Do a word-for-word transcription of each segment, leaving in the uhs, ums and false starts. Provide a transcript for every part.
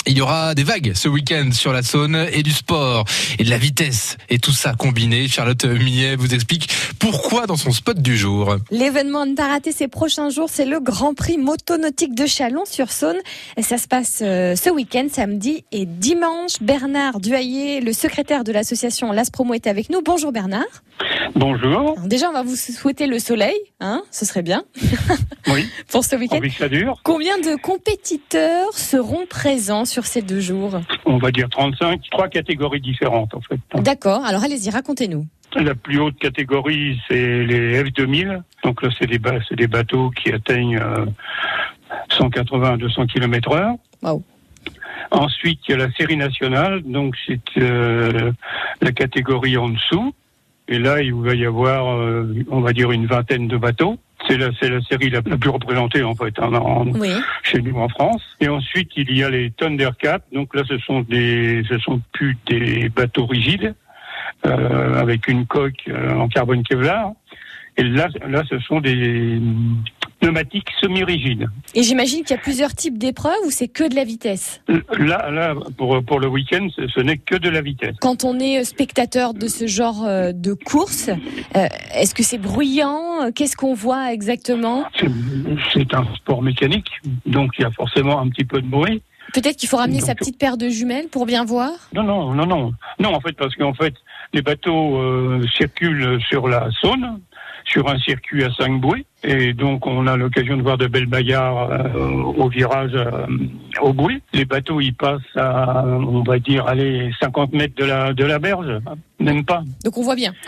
Il y aura des vagues ce week-end sur la Saône et du sport et de la vitesse et tout ça combiné. Charlotte Millet vous explique pourquoi dans son spot du jour. L'événement à ne pas rater ces prochains jours, c'est le Grand Prix motonautique de Chalon-sur-Saône. Ça se passe ce week-end, samedi et dimanche. Bernard Duhayer, le secrétaire de l'association Las Promo, est avec nous. Bonjour Bernard. Bonjour. Alors déjà, on va vous souhaiter le soleil, hein, ce serait bien. Oui. Pour ce week-end. Envie que ça dure. Combien de compétiteurs seront présents sur ces deux jours ? On va dire trente-cinq, trois catégories différentes en fait. D'accord, alors allez-y, racontez-nous. La plus haute catégorie, c'est les F deux mille. Donc là, c'est des, ba- c'est des bateaux qui atteignent euh, cent quatre-vingts à deux cents kilomètres heure. Waouh. Ensuite, il y a la série nationale. Donc c'est euh, la catégorie en dessous. Et là, il va y avoir, euh, on va dire, une vingtaine de bateaux. C'est la, c'est la série la, la plus représentée, en fait, hein, en, Oui. chez nous en France. Et ensuite, il y a les Thundercat. Donc là, ce sont des, ce sont plus des bateaux rigides, euh, avec une coque euh, en carbone Kevlar. Et là, là, ce sont des pneumatiques semi-rigides. Et j'imagine qu'il y a plusieurs types d'épreuves ou c'est que de la vitesse ? Là, là, pour, pour le week-end, ce, ce n'est que de la vitesse. Quand on est spectateur de ce genre de course, euh, est-ce que c'est bruyant ? Qu'est-ce qu'on voit exactement ? C'est, c'est un sport mécanique, donc il y a forcément un petit peu de bruit. Peut-être qu'il faut ramener Donc, sa petite paire de jumelles pour bien voir ? Non, non, non, non. Non, en fait, parce qu'en fait, les bateaux euh, circulent sur la Saône, sur un circuit à cinq bouées, et donc on a l'occasion de voir de belles bagarres euh, au virage euh, aux bouées. Les bateaux, ils passent à, on va dire, allez, cinquante mètres de la de la berge, même pas. Donc on voit bien.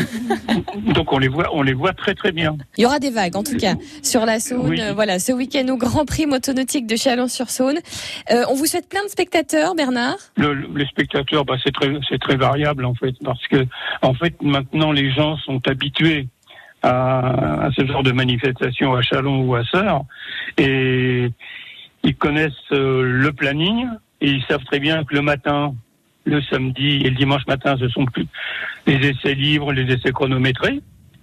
Donc on les voit, on les voit très très bien. Il y aura des vagues, en tout cas, sur la Saône. Oui. Euh, voilà, ce week-end au Grand Prix motonautique de Chalon-sur-Saône. Euh, on vous souhaite plein de spectateurs, Bernard. Le, le- les spectateurs, bah, c'est très c'est très variable en fait, parce que en fait maintenant les gens sont habitués à, à ce genre de manifestation à Chalon ou à Sœur, et ils connaissent euh, le planning et ils savent très bien que le matin, le samedi et le dimanche matin, ce sont plus les essais libres, les essais chronométrés,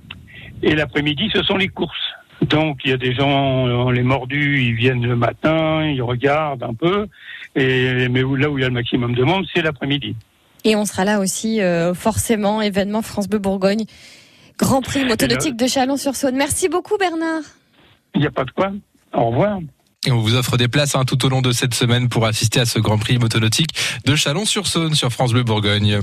et l'après-midi, ce sont les courses. Donc il y a des gens, euh, les mordus, ils viennent le matin, ils regardent un peu, et mais où- là où il y a le maximum de monde, c'est l'après-midi. Et on sera là aussi, euh, forcément, événement France Bleu Bourgogne. Grand Prix motonautique de Chalon-sur-Saône. Merci beaucoup, Bernard. Il n'y a pas de quoi. Au revoir. Et on vous offre des places hein, tout au long de cette semaine pour assister à ce Grand Prix motonautique de Chalon-sur-Saône sur France Bleu Bourgogne.